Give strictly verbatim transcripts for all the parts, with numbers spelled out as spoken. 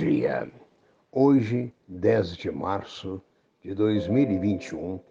dia. Hoje, dez de março de dois mil e vinte e um,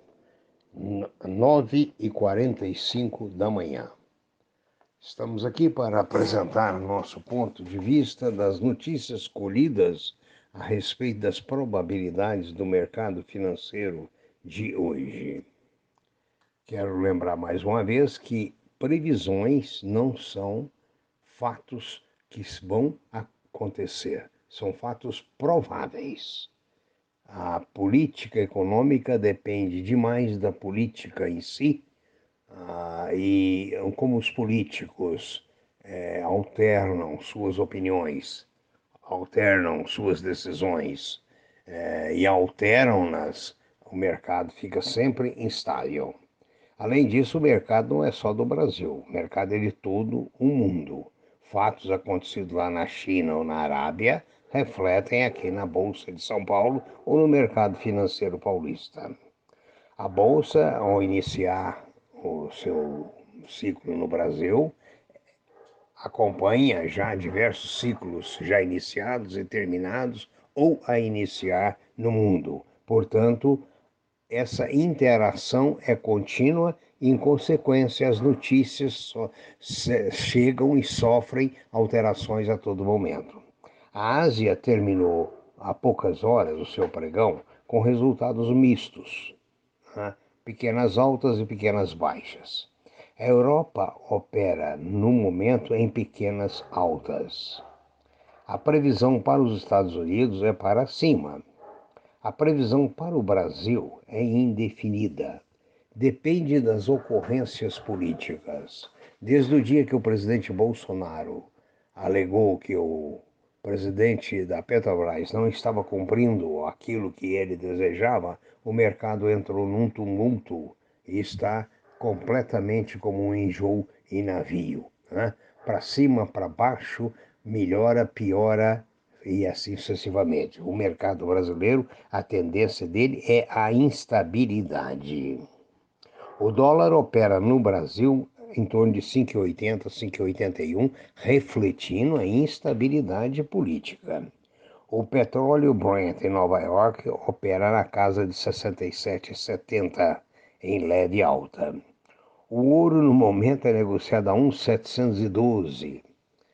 nove e quarenta e cinco da manhã. Estamos aqui para apresentar nosso ponto de vista das notícias colhidas a respeito das probabilidades do mercado financeiro de hoje. Quero lembrar mais uma vez que previsões não são fatos que vão acontecer, são fatos prováveis. A política econômica depende demais da política em si, ah, e como os políticos é, alternam suas opiniões, alternam suas decisões é, e alteram-nas, o mercado fica sempre instável. Além disso, o mercado não é só do Brasil, o mercado é de todo o mundo. Fatos acontecidos lá na China ou na Arábia refletem aqui na Bolsa de São Paulo ou no mercado financeiro paulista. A Bolsa, ao iniciar o seu ciclo no Brasil, acompanha já diversos ciclos já iniciados e terminados ou a iniciar no mundo. Portanto, essa interação é contínua e, em consequência, as notícias so- chegam e sofrem alterações a todo momento. A Ásia terminou há poucas horas o seu pregão com resultados mistos, né? Pequenas altas e pequenas baixas. A Europa opera, no momento, em pequenas altas. A previsão para os Estados Unidos é para cima. A previsão para o Brasil é indefinida. Depende das ocorrências políticas. Desde o dia que o presidente Bolsonaro alegou que o presidente da Petrobras não estava cumprindo aquilo que ele desejava, o mercado entrou num tumulto e está completamente como um enjoo em navio, né? Para cima, para baixo, melhora, piora, e assim sucessivamente. O mercado brasileiro, a tendência dele é a instabilidade. O dólar opera no Brasil em torno de cinco e oitenta, cinco e oitenta e um, refletindo a instabilidade política. O petróleo Brent em Nova York opera na casa de sessenta e sete e setenta, em leve alta. O ouro no momento é negociado a um mil setecentos e doze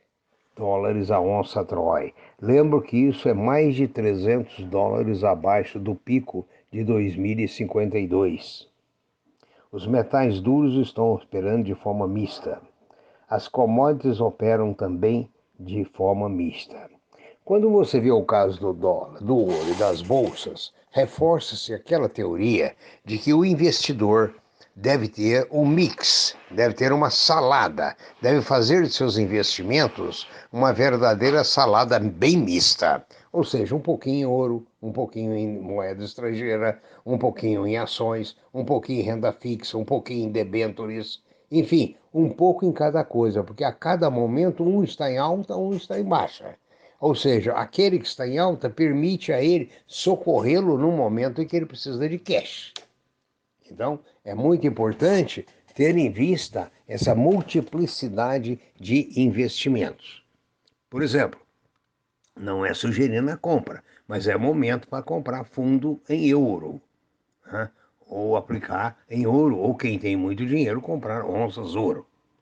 dólares a onça Troy. Lembro que isso é mais de trezentos dólares abaixo do pico de dois mil e cinquenta e dois. Os metais duros estão operando de forma mista. As commodities operam também de forma mista. Quando você vê o caso do dólar, do ouro e das bolsas, reforça-se aquela teoria de que o investidor deve ter um mix, deve ter uma salada, deve fazer de seus investimentos uma verdadeira salada bem mista. Ou seja, um pouquinho em ouro, um pouquinho em moeda estrangeira, um pouquinho em ações, um pouquinho em renda fixa, um pouquinho em debêntures, enfim, um pouco em cada coisa, porque a cada momento um está em alta, um está em baixa. Ou seja, aquele que está em alta permite a ele socorrê-lo no momento em que ele precisa de cash. Então, é muito importante ter em vista essa multiplicidade de investimentos. Por exemplo, não é sugerindo a compra, mas é momento para comprar fundo em euro, né? Ou aplicar em ouro, ou quem tem muito dinheiro, comprar onças ouro.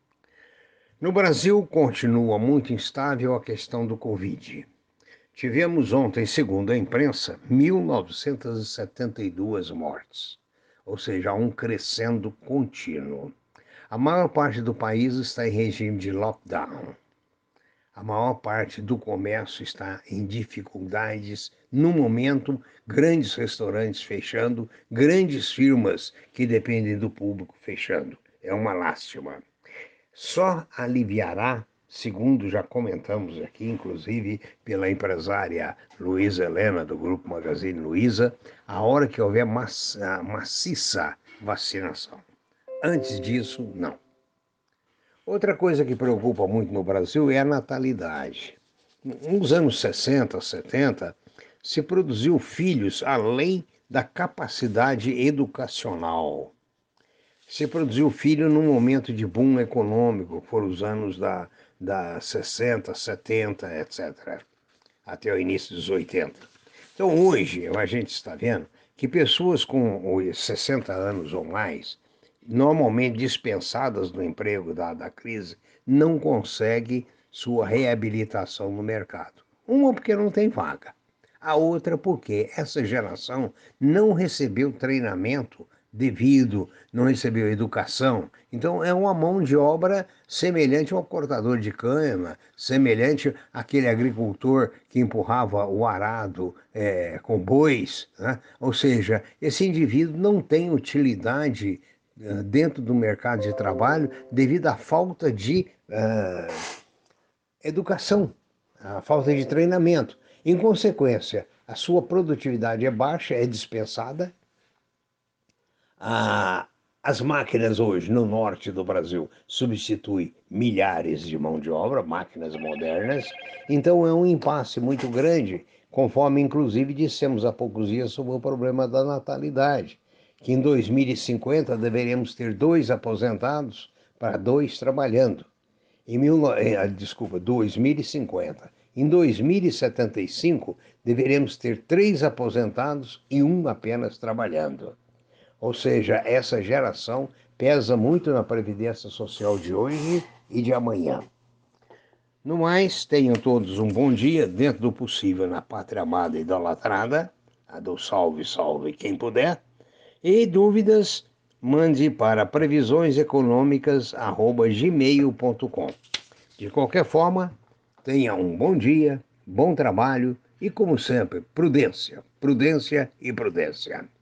No Brasil, continua muito instável a questão do Covid. Tivemos ontem, segundo a imprensa, mil novecentas e setenta e duas mortes, ou seja, um crescendo contínuo. A maior parte do país está em regime de lockdown. A maior parte do comércio está em dificuldades. No momento, grandes restaurantes fechando, grandes firmas que dependem do público fechando. É uma lástima. Só aliviará, segundo já comentamos aqui, inclusive pela empresária Luísa Helena, do Grupo Magazine Luiza, a hora que houver maça, maciça vacinação. Antes disso, não. Outra coisa que preocupa muito no Brasil é a natalidade. Nos anos sessenta, setenta, se produziu filhos além da capacidade educacional. Se produziu filho num momento de boom econômico, foram os anos da, da sessenta, setenta, etcétera. até o início dos oitenta. Então, hoje, a gente está vendo que pessoas com sessenta anos ou mais, normalmente dispensadas do emprego dada a crise, não conseguem sua reabilitação no mercado. Uma porque não tem vaga, a outra porque essa geração não recebeu treinamento devido, não recebeu educação. Então é uma mão de obra semelhante a um cortador de cana, semelhante àquele agricultor que empurrava o arado é, com bois, né? Ou seja, esse indivíduo não tem utilidade uh, dentro do mercado de trabalho devido à falta de uh, educação, à falta de treinamento. Em consequência, a sua produtividade é baixa, é dispensada. Ah, as máquinas hoje no norte do Brasil substituem milhares de mão de obra, máquinas modernas. Então é um impasse muito grande, conforme inclusive dissemos há poucos dias sobre o problema da natalidade, que em dois mil e cinquenta deveremos ter dois aposentados para dois trabalhando. Em mil, desculpa, dois mil e cinquenta. Em dois mil e setenta e cinco, deveremos ter três aposentados e um apenas trabalhando. Ou seja, essa geração pesa muito na Previdência Social de hoje e de amanhã. No mais, tenham todos um bom dia, dentro do possível, na pátria amada e idolatrada, a do salve, salve quem puder. E dúvidas, mande para previsõeseconômicas arroba gmail ponto com. De qualquer forma, tenha um bom dia, bom trabalho e, como sempre, prudência, prudência e prudência.